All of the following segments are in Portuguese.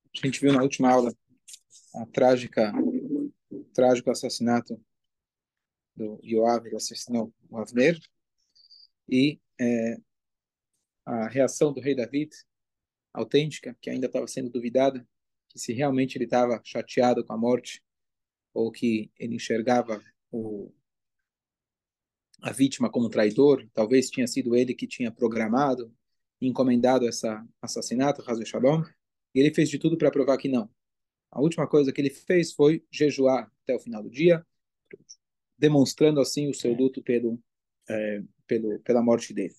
A gente viu na última aula a trágico assassinato do Yoav, ele assassinou o Avner, e a reação do rei David, autêntica, que ainda estava sendo duvidada, que se realmente ele estava chateado com a morte, ou que ele enxergava a vítima como traidor, talvez tinha sido ele que tinha programado, encomendado essa assassinato, Hazel Shalom, e ele fez de tudo para provar que não. A última coisa que ele fez foi jejuar até o final do dia, demonstrando assim o seu luto pela morte dele.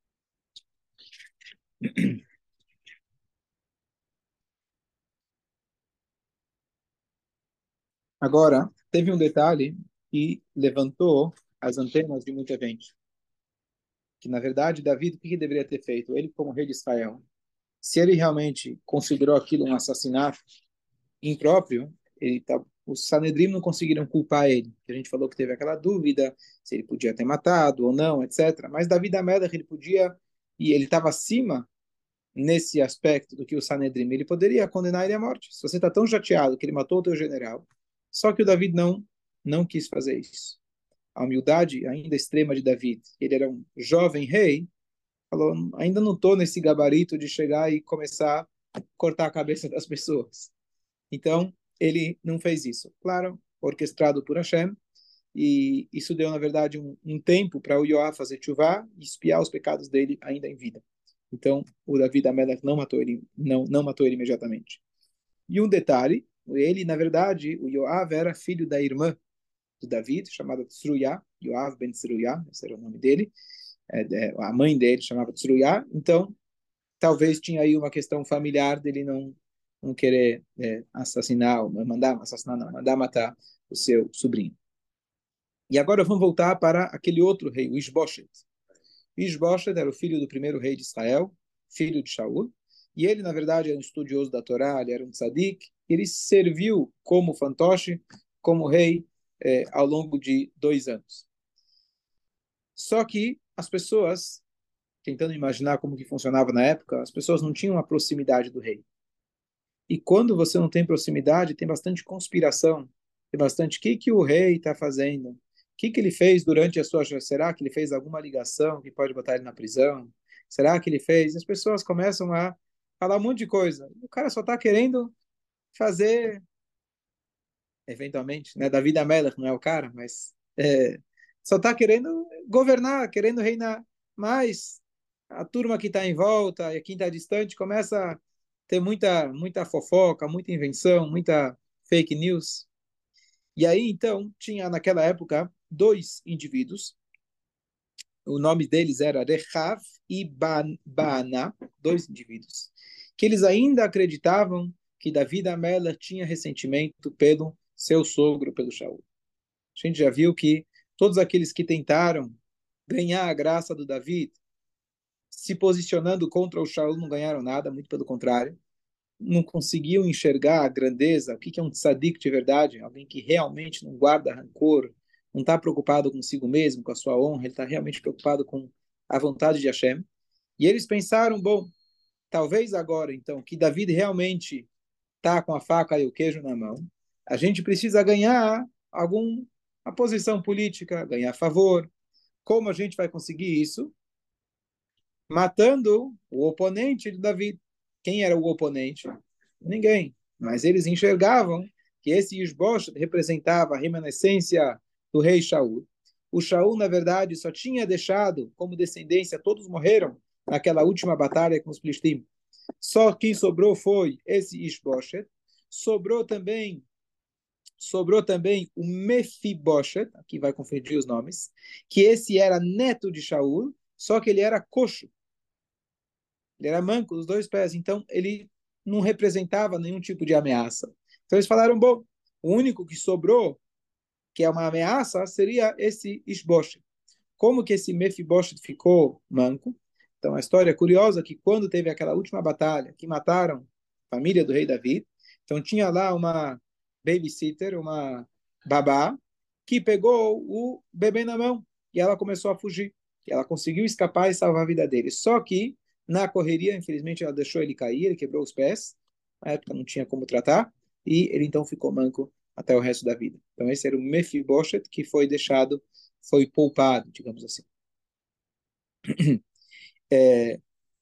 Agora, teve um detalhe que levantou as antenas de muita gente, que na verdade Davi, o que ele deveria ter feito? Ele como rei de Israel, se ele realmente considerou aquilo um assassinato impróprio, os Sanedrim não conseguiram culpar ele. A gente falou que teve aquela dúvida se ele podia ter matado ou não, etc. Mas Davi da Melech, ele podia, e ele estava acima nesse aspecto do que o Sanedrim, ele poderia condenar ele à morte. Se você está tão chateado que ele matou o teu general, só que o David não quis fazer isso. A humildade ainda extrema de David, ele era um jovem rei, falou, ainda não estou nesse gabarito de chegar e começar a cortar a cabeça das pessoas. Então, ele não fez isso. Claro, orquestrado por Hashem, e isso deu, na verdade, um tempo para o Yoav fazer tshuva e espiar os pecados dele ainda em vida. Então, o Davi da Melech não matou ele imediatamente. E um detalhe, ele, na verdade, o Yoav era filho da irmã de David, chamada Tsruya, Yoav ben Tsruya, esse era o nome dele, a mãe dele chamava Tsruya, então talvez tinha aí uma questão familiar dele não querer assassinar, mandar assassinar, não, mandar matar o seu sobrinho. E agora vamos voltar para aquele outro rei, o Ishbosheth. Ishbosheth era o filho do primeiro rei de Israel, filho de Shaul, e ele, na verdade, era um estudioso da Torá, ele era um tzadik, ele serviu como fantoche, como rei, ao longo de 2 anos. Só que as pessoas, tentando imaginar como que funcionava na época, as pessoas não tinham a proximidade do rei. E quando você não tem proximidade, tem bastante conspiração, tem bastante o que o rei está fazendo, o que ele fez durante a sua... Será que ele fez alguma ligação que pode botar ele na prisão? Será que ele fez? As pessoas começam a falar um monte de coisa. O cara só está querendo fazer, eventualmente, né? Davi da Melech não é o cara, mas só está querendo governar, querendo reinar. Mas a turma que está em volta e quem está distante começa a ter muita fofoca, muita invenção, muita fake news. E aí, então, tinha naquela época dois indivíduos, o nome deles era Rehav e Baana, dois indivíduos, que eles ainda acreditavam que Davi da Melech tinha ressentimento pelo seu sogro, pelo Shaul. A gente já viu que todos aqueles que tentaram ganhar a graça do Davi, se posicionando contra o Shaul, não ganharam nada, muito pelo contrário. Não conseguiam enxergar a grandeza, o que é um tzadik de verdade, alguém que realmente não guarda rancor, não está preocupado consigo mesmo, com a sua honra, ele está realmente preocupado com a vontade de Hashem. E eles pensaram, bom, talvez agora, então, que Davi realmente está com a faca e o queijo na mão, a gente precisa ganhar a posição política, ganhar favor. Como a gente vai conseguir isso? Matando o oponente de Davi. Quem era o oponente? Ninguém. Mas eles enxergavam que esse Isbosheth representava a remanescência do rei Shaul. O Shaul, na verdade, só tinha deixado como descendência, todos morreram naquela última batalha com os Filistim. Só quem sobrou foi esse Isbosheth. Sobrou também sobrou também o Mefibosheth, aqui vai confundir os nomes, que esse era neto de Shaul, só que ele era coxo. Ele era manco dos dois pés, então ele não representava nenhum tipo de ameaça. Então eles falaram, bom, o único que sobrou, que é uma ameaça, seria esse Ishbosheth. Como que esse Mefibosheth ficou manco? Então a história é curiosa que quando teve aquela última batalha, que mataram a família do rei Davi, então tinha lá uma babysitter, uma babá, que pegou o bebê na mão e ela começou a fugir. E ela conseguiu escapar e salvar a vida dele. Só que na correria, infelizmente, ela deixou ele cair, ele quebrou os pés. na época não tinha como tratar, e ele então ficou manco até o resto da vida. Então esse era o Mephibosheth que foi deixado, foi poupado, digamos assim. É,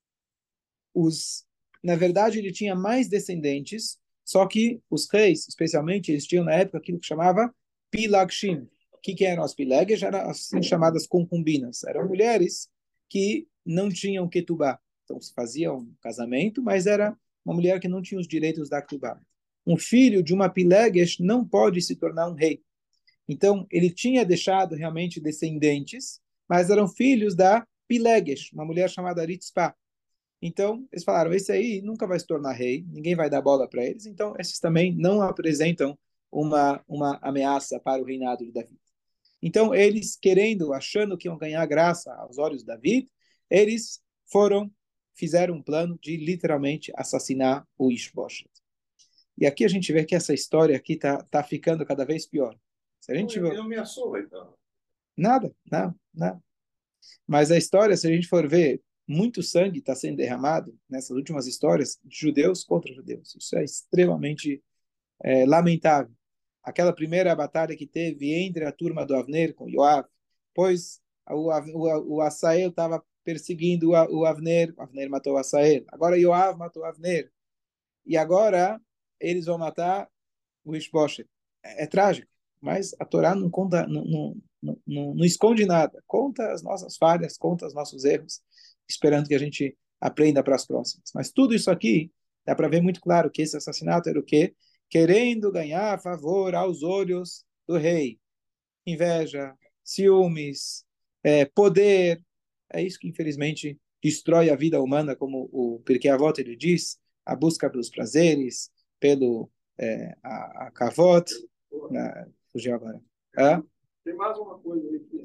os, na verdade, ele tinha mais descendentes, só que os reis, especialmente, eles tinham na época aquilo que chamava Pilagshim. O que eram as Pilages? Eram as assim, chamadas concubinas. Eram mulheres que não tinham Ketubá. Então se fazia um casamento, mas era uma mulher que não tinha os direitos da Ketubá. Um filho de uma Pileges não pode se tornar um rei. Então ele tinha deixado realmente descendentes, mas eram filhos da Pileges, uma mulher chamada Ritzpah. Então, eles falaram: esse aí nunca vai se tornar rei, ninguém vai dar bola para eles, então esses também não apresentam uma ameaça para o reinado de Davi. Então, eles querendo, achando que iam ganhar graça aos olhos de Davi, eles fizeram um plano de literalmente assassinar o Ishbosheth. E aqui a gente vê que essa história aqui tá ficando cada vez pior. Se a gente não me assou, então. nada, não, não. Mas a história, se a gente for ver, muito sangue está sendo derramado nessas últimas histórias de judeus contra judeus. Isso é extremamente lamentável. Aquela primeira batalha que teve entre a turma do Avner com Yoav, pois o Asael estava perseguindo o Avner matou o Asael. Agora Yoav matou o Avner. E agora eles vão matar o Ishbosheth. É trágico, mas a Torá não conta, não esconde nada. Conta as nossas falhas, conta os nossos erros, esperando que a gente aprenda para as próximas. Mas tudo isso aqui dá para ver muito claro que esse assassinato era o quê? Querendo ganhar favor aos olhos do rei. Inveja, ciúmes, poder. É isso que, infelizmente, destrói a vida humana, como o Pirkei Avot ele diz, a busca pelos prazeres, pelo a kavod, fugiu agora. Tem mais uma coisa aqui.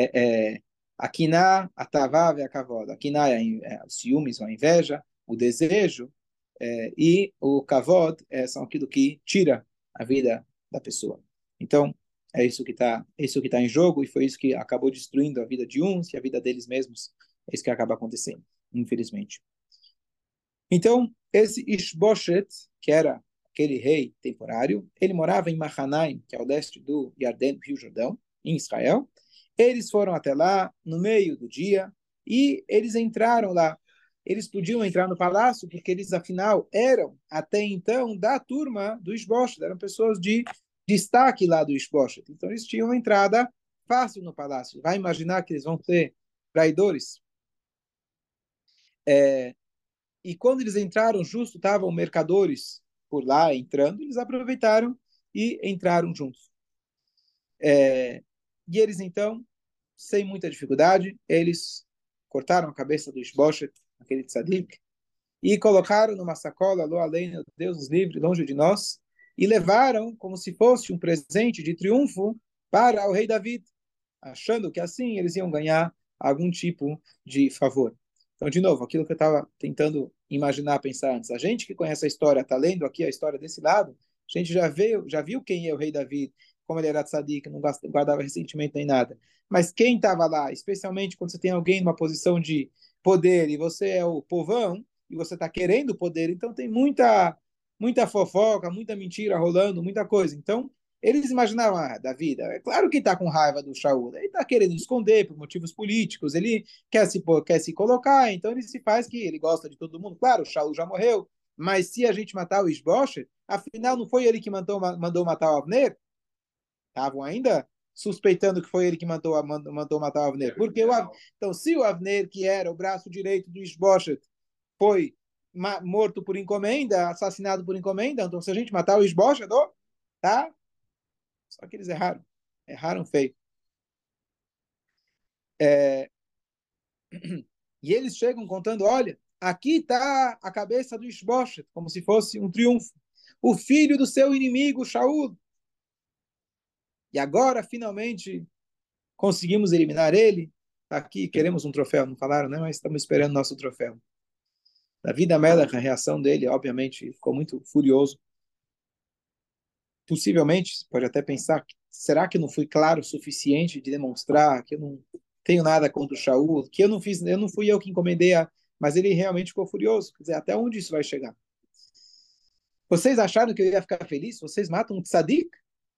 A kiná, a tavá e a kavod. A kiná é os ciúmes, a inveja, o desejo, e o kavod são aquilo que tira a vida da pessoa. Então, isso que tá em jogo e foi isso que acabou destruindo a vida de uns e a vida deles mesmos. É isso que acaba acontecendo, infelizmente. Então, esse Ishbosheth, que era aquele rei temporário, ele morava em Mahanaim, que é ao leste do Iardeno, Rio Jordão, em Israel. Eles foram até lá no meio do dia e eles entraram lá. Eles podiam entrar no palácio porque eles, afinal, eram até então da turma do Ishbosheth, eram pessoas de destaque lá do Ishbosheth. Então, eles tinham uma entrada fácil no palácio. Vai imaginar que eles vão ser traidores? É, e quando eles entraram, justo estavam mercadores por lá entrando, eles aproveitaram e entraram juntos. E eles então, sem muita dificuldade, eles cortaram a cabeça do Ishbosheth, aquele tzadik, e colocaram numa sacola, lo além, Deus nos livre, longe de nós, e levaram como se fosse um presente de triunfo para o rei David, achando que assim eles iam ganhar algum tipo de favor. Então, de novo, aquilo que eu estava tentando imaginar, pensar antes. A gente que conhece a história, está lendo aqui a história desse lado, a gente já viu quem é o rei Davi, como ele era tzadik, não guardava ressentimento nem nada. Mas quem estava lá, especialmente quando você tem alguém numa posição de poder e você é o povão, e você está querendo poder, então tem muita fofoca, muita mentira rolando, muita coisa. Então, eles imaginavam, da vida, é claro que está com raiva do Shaul, ele está querendo esconder por motivos políticos, ele quer se colocar, então ele se faz que ele gosta de todo mundo. Claro, o Shaul já morreu, mas se a gente matar o Isboche, afinal não foi ele que mandou matar o Avner? Estavam ainda suspeitando que foi ele que mandou matar o Avner. Porque então, se o Avner, que era o braço direito do Isboche, foi morto por encomenda, assassinado por encomenda, então se a gente matar o Isboche, tá? Só que eles erraram. Erraram feio. É, e eles chegam contando: olha, aqui está a cabeça do Ishbosheth, como se fosse um triunfo. O filho do seu inimigo, Shaul. E agora, finalmente, conseguimos eliminar ele. Aqui queremos um troféu. Não falaram, né? Mas estamos esperando nosso troféu. David Amelech, a reação dele, obviamente, ficou muito furioso. Possivelmente, pode até pensar, será que eu não fui claro o suficiente de demonstrar que eu não tenho nada contra o Shaul, que eu não fui eu que encomendei mas ele realmente ficou furioso. Quer dizer, até onde isso vai chegar? Vocês acharam que eu ia ficar feliz? Vocês matam um tzadik?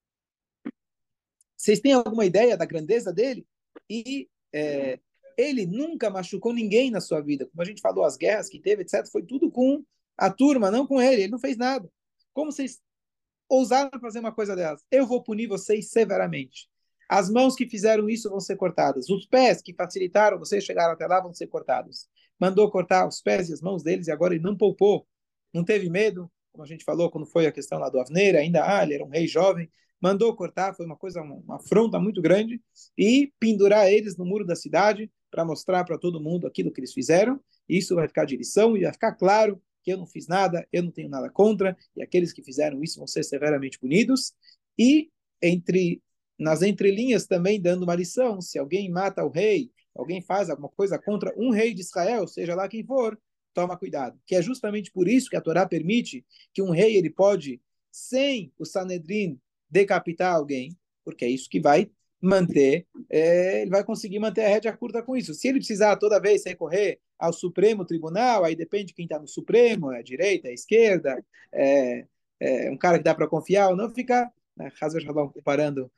Vocês têm alguma ideia da grandeza dele? E ele nunca machucou ninguém na sua vida. Como a gente falou, as guerras que teve, etc., foi tudo com a turma, não com ele. Ele não fez nada. Como vocês ousaram fazer uma coisa delas? Eu vou punir vocês severamente. As mãos que fizeram isso vão ser cortadas. Os pés que facilitaram vocês chegaram até lá vão ser cortados. Mandou cortar os pés e as mãos deles e agora ele não poupou. Não teve medo, como a gente falou quando foi a questão lá do Avner, ainda ele era um rei jovem. Mandou cortar, foi uma coisa, uma afronta muito grande, e pendurar eles no muro da cidade para mostrar para todo mundo aquilo que eles fizeram. Isso vai ficar de lição e vai ficar claro que eu não fiz nada, eu não tenho nada contra, e aqueles que fizeram isso vão ser severamente punidos. E nas entrelinhas também dando uma lição, se alguém mata o rei, alguém faz alguma coisa contra um rei de Israel, seja lá quem for, toma cuidado. Que é justamente por isso que a Torá permite que um rei ele pode, sem o Sanedrin, decapitar alguém, porque é isso que vai manter, ele vai conseguir manter a rédea curta com isso. Se ele precisar toda vez recorrer ao Supremo Tribunal, aí depende de quem está no Supremo, é a direita, é a esquerda, um cara que dá para confiar ou não, fica, né, comparando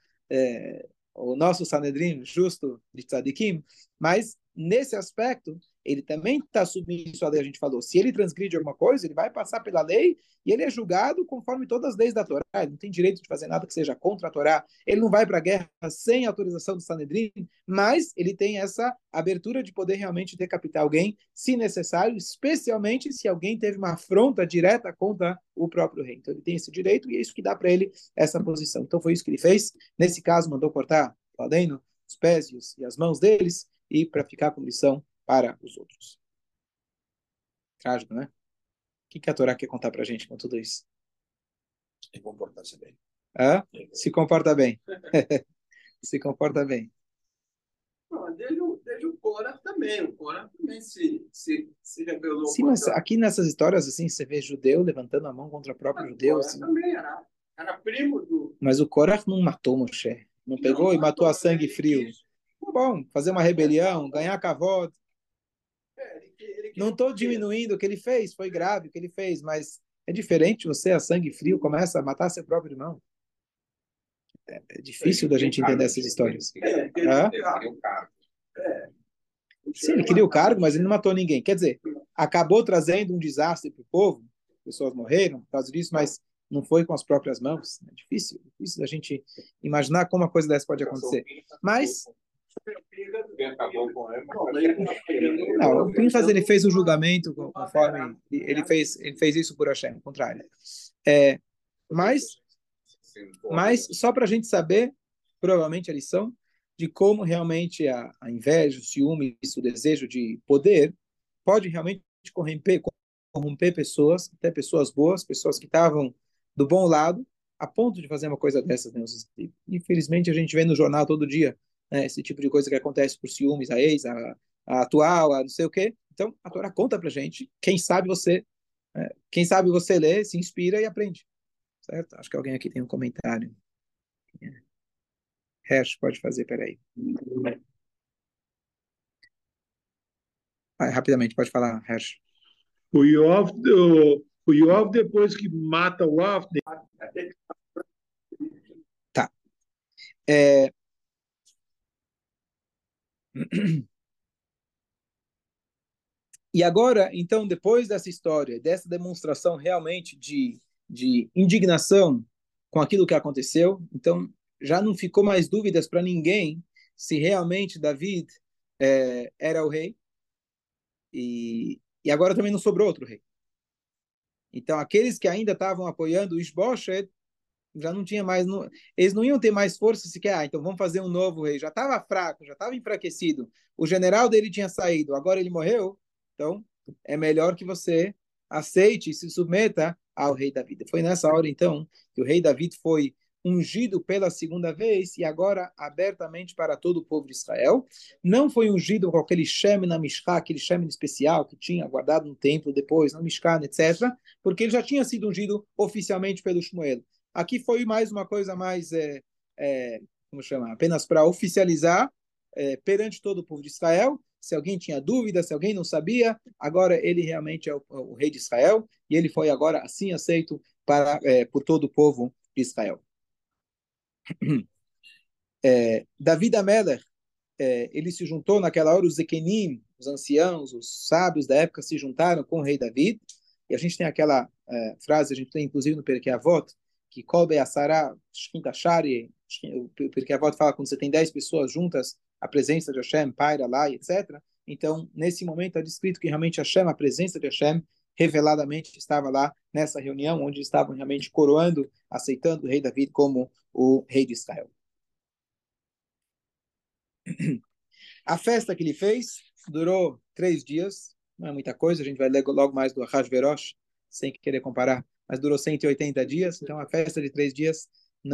o nosso Sanedrin justo de Tzadikim, mas nesse aspecto, ele também está submisso à lei, a gente falou. Se ele transgride alguma coisa, ele vai passar pela lei e ele é julgado conforme todas as leis da Torá. Ele não tem direito de fazer nada que seja contra a Torá. Ele não vai para a guerra sem autorização do Sanedrin, mas ele tem essa abertura de poder realmente decapitar alguém, se necessário, especialmente se alguém teve uma afronta direta contra o próprio rei. Então ele tem esse direito e é isso que dá para ele essa posição. Então foi isso que ele fez. Nesse caso, mandou cortar o Ladeno, os pés e as mãos deles, e para ficar com lição para os outros. Trágico, né? O que a Torá quer contar para a gente com tudo isso? E comportar-se bem. Hã? Se comporta bem. Se comporta bem. Não, desde o Cora também. O Cora também se rebelou. Sim, mas aqui nessas histórias, assim, você vê judeu levantando a mão contra o próprio judeu. Cora assim. também era primo do... Mas o Korach não matou Moshe. Não pegou Não, e matou a sangue ele frio. quis. Bom, fazer uma rebelião, ganhar cavalo. Ele Não estou diminuindo o que ele fez, foi grave o que ele fez, mas é diferente você, a sangue frio, começa a matar seu próprio irmão. É difícil da gente entender essas histórias. Sim, ele queria o cargo, mas ele não matou ninguém. Quer dizer, acabou trazendo um desastre para o povo, pessoas morreram por causa disso, mas não foi com as próprias mãos. É difícil da gente imaginar como uma coisa dessa pode acontecer. Mas não, o Pinchas ele fez o julgamento conforme ele fez isso por Hashem, ao contrário. Mas só para a gente saber, provavelmente a lição de como realmente a inveja, o ciúme, o desejo de poder pode realmente corromper pessoas, até pessoas boas, pessoas que estavam do bom lado, a ponto de fazer uma coisa dessas. Né? Infelizmente a gente vê no jornal todo dia, né, esse tipo de coisa que acontece por ciúmes, a ex, a atual, a não sei o quê. Então a Torá conta pra gente, quem sabe você lê, se inspira e aprende. Certo? Acho que alguém aqui tem um comentário. Hersh, pode fazer, peraí. Rapidamente, pode falar, Hersh. O Yoav, depois que mata o Avner. Tá. E agora, então, depois dessa história, dessa demonstração realmente de indignação com aquilo que aconteceu, então já não ficou mais dúvidas para ninguém se realmente David era o rei, e agora também não sobrou outro rei. Então, aqueles que ainda estavam apoiando o Ishbosheth, já não tinha mais, eles não iam ter mais força sequer, então vamos fazer um novo rei. Já estava fraco, já estava enfraquecido. O general dele tinha saído, agora ele morreu, então é melhor que você aceite e se submeta ao rei Davi. Foi nessa hora, então, que o rei Davi foi ungido pela segunda vez e agora abertamente para todo o povo de Israel. Não foi ungido com aquele Shem na Mishká, aquele Shem especial que tinha guardado no templo depois, na Mishká, etc., porque ele já tinha sido ungido oficialmente pelo Shmuel. Aqui foi mais uma coisa mais, como chama? Apenas para oficializar perante todo o povo de Israel, se alguém tinha dúvida, se alguém não sabia, agora ele realmente é o rei de Israel, e ele foi agora assim aceito por todo o povo de Israel. David Amelech, ele se juntou naquela hora, os Zekenim, os anciãos, os sábios da época se juntaram com o rei David, e a gente tem aquela frase, a gente tem inclusive no Perkei Avot, que Kol Be'asara Shkinta Shari, o Perkei Avot fala quando você tem 10 pessoas juntas, a presença de Hashem paira lá, etc. Então, nesse momento é descrito que realmente Hashem, a presença de Hashem, reveladamente estava lá nessa reunião, onde estavam realmente coroando, aceitando o rei David como o rei de Israel. A festa que ele fez durou 3 dias, não é muita coisa, a gente vai ler logo mais do Ahasverosh, sem querer comparar, mas durou 180 dias, então a festa de 3 dias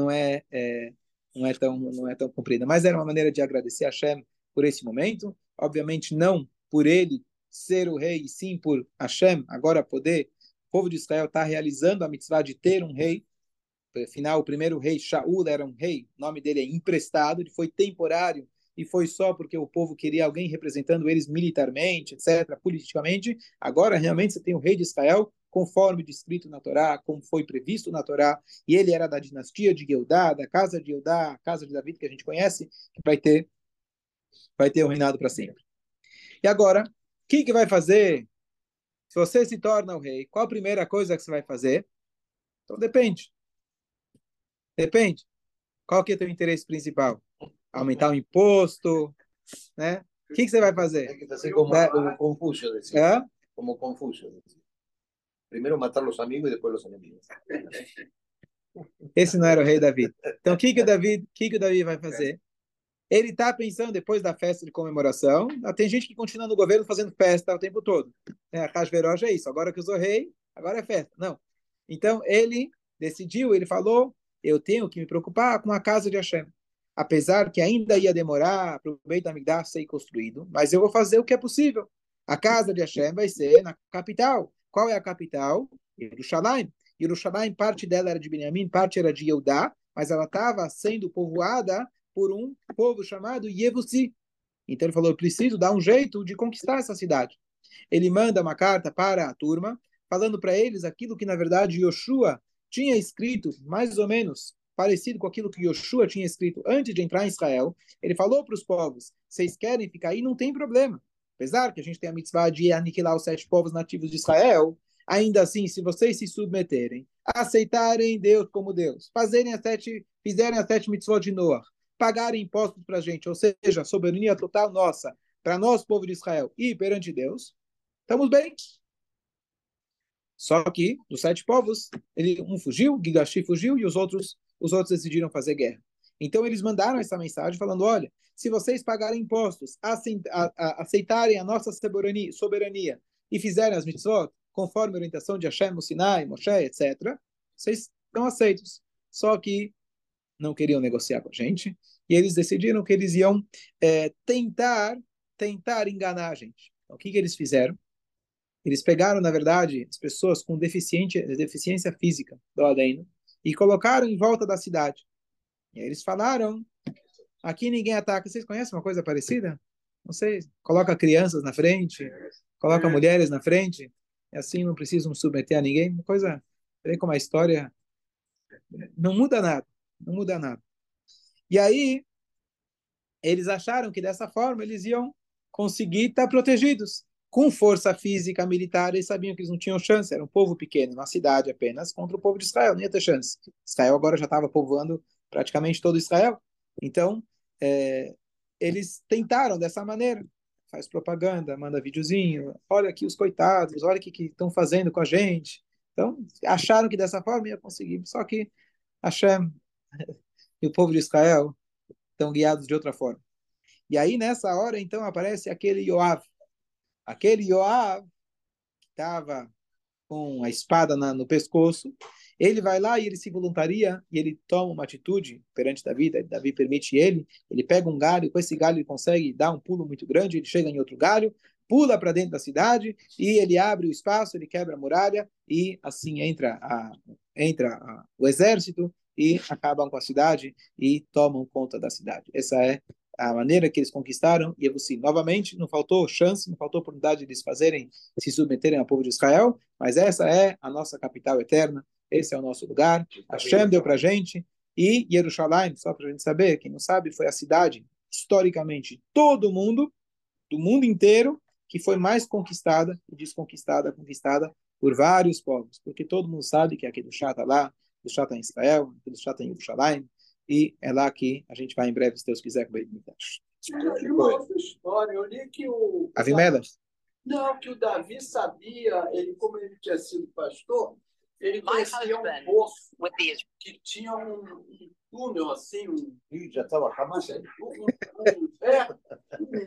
não é tão comprida. Mas era uma maneira de agradecer a Hashem por esse momento, obviamente não por ele ser o rei, e sim por Hashem agora poder, o povo de Israel está realizando a mitzvah de ter um rei. Afinal, o primeiro rei, Shaul, era um rei, o nome dele é emprestado, ele foi temporário, e foi só porque o povo queria alguém representando eles militarmente, etc., politicamente. Agora, realmente, você tem o rei de Israel, conforme descrito na Torá, como foi previsto na Torá, e ele era da dinastia de Yehudá, da casa de Yehudá, a casa de David, que a gente conhece, que vai ter um reinado para sempre. E agora, o que vai fazer se você se torna o rei? Qual a primeira coisa que você vai fazer? Então, depende. Depende. Qual que é o teu interesse principal? Aumentar o imposto, né? O que você vai fazer? Hay que hacer como Confucio decía. É? Como Confucio decía. Primero matar los amigos y después los enemigos. Esse não era o rei Davi. Então, o que o Davi vai fazer? Ele está pensando, depois da festa de comemoração, tem gente que continua no governo fazendo festa o tempo todo. A Hashverosh é isso. Agora que eu sou rei, agora é festa. Não. Então, ele decidiu, ele falou, eu tenho que me preocupar com a casa de Hashem. Apesar que ainda ia demorar para o Beit HaMikdash ser construído, mas eu vou fazer o que é possível. A casa de Hashem vai ser na capital. Qual é a capital? Jerusalém. Jerusalém, parte dela era de Benjamim, parte era de Yehudá, mas ela estava sendo povoada por um povo chamado Yevusi. Então ele falou, eu preciso dar um jeito de conquistar essa cidade. Ele manda uma carta para a turma, falando para eles aquilo que, na verdade, Yoshua tinha escrito, mais ou menos parecido com aquilo que Yoshua tinha escrito antes de entrar em Israel. Ele falou para os povos, vocês querem ficar aí? Não tem problema. Apesar que a gente tem a mitzvah de aniquilar os 7 povos nativos de Israel, ainda assim, se vocês se submeterem, aceitarem Deus como Deus, fizerem as 7 mitzvot de Noah, pagarem impostos para a gente, ou seja, a soberania total nossa, para nós, povo de Israel, e perante Deus, estamos bem. Só que, dos 7 povos, um fugiu, Gigashi fugiu, e os outros decidiram fazer guerra. Então, eles mandaram essa mensagem falando, olha, se vocês pagarem impostos, aceitarem a nossa soberania e fizerem as mitzvot, conforme a orientação de Hashem, Sinai, Moshe, etc., vocês estão aceitos. Só que não queriam negociar com a gente, e eles decidiram que eles iam tentar enganar a gente. Então, o que eles fizeram? Eles pegaram, na verdade, as pessoas com deficiência física do Aldeino e colocaram em volta da cidade. E aí eles falaram, aqui ninguém ataca. Vocês conhecem uma coisa parecida? Não sei, coloca crianças na frente, coloca mulheres na frente, e assim não precisam submeter a ninguém. Uma coisa, vê como a história não muda nada. Não muda nada. E aí, eles acharam que dessa forma eles iam conseguir estar protegidos. Com força física, militar, eles sabiam que eles não tinham chance. Era um povo pequeno, uma cidade apenas, contra o povo de Israel. Não ia ter chance. Israel agora já estava povoando praticamente todo Israel. Então, eles tentaram dessa maneira. Faz propaganda, manda videozinho. Olha aqui os coitados, olha o que estão fazendo com a gente. Então, acharam que dessa forma ia conseguir. Só que Hashem e o povo de Israel estão guiados de outra forma. E aí, nessa hora, então, aparece aquele Yoav. Aquele Yoav que estava com a espada no pescoço, ele vai lá e ele se voluntaria e ele toma uma atitude perante Davi. Davi permite ele pega um galho, com esse galho ele consegue dar um pulo muito grande, ele chega em outro galho, pula para dentro da cidade e ele abre o espaço, ele quebra a muralha e assim entra o exército e acabam com a cidade e tomam conta da cidade. Essa é a maneira que eles conquistaram Yebussim. Novamente, não faltou chance, não faltou oportunidade de eles fazerem, se submeterem ao povo de Israel, mas essa é a nossa capital eterna, esse é o nosso lugar. Hashem deu para a gente, e Jerusalém, só para a gente saber, quem não sabe, foi a cidade, historicamente, todo mundo, do mundo inteiro, que foi mais conquistada e desconquistada, conquistada por vários povos, porque todo mundo sabe que aqui do Chá está lá, do Chá está em Israel, do Chá está em Jerusalém, e é lá que a gente vai em breve, se Deus quiser, com o Beit Mikdash. Eu li uma outra história. Eu li que Avimelech? Não, que o Davi sabia, como ele tinha sido pastor, ele conhecia um poço que tinha um túnel assim, Ih, já estava jamás, hein? um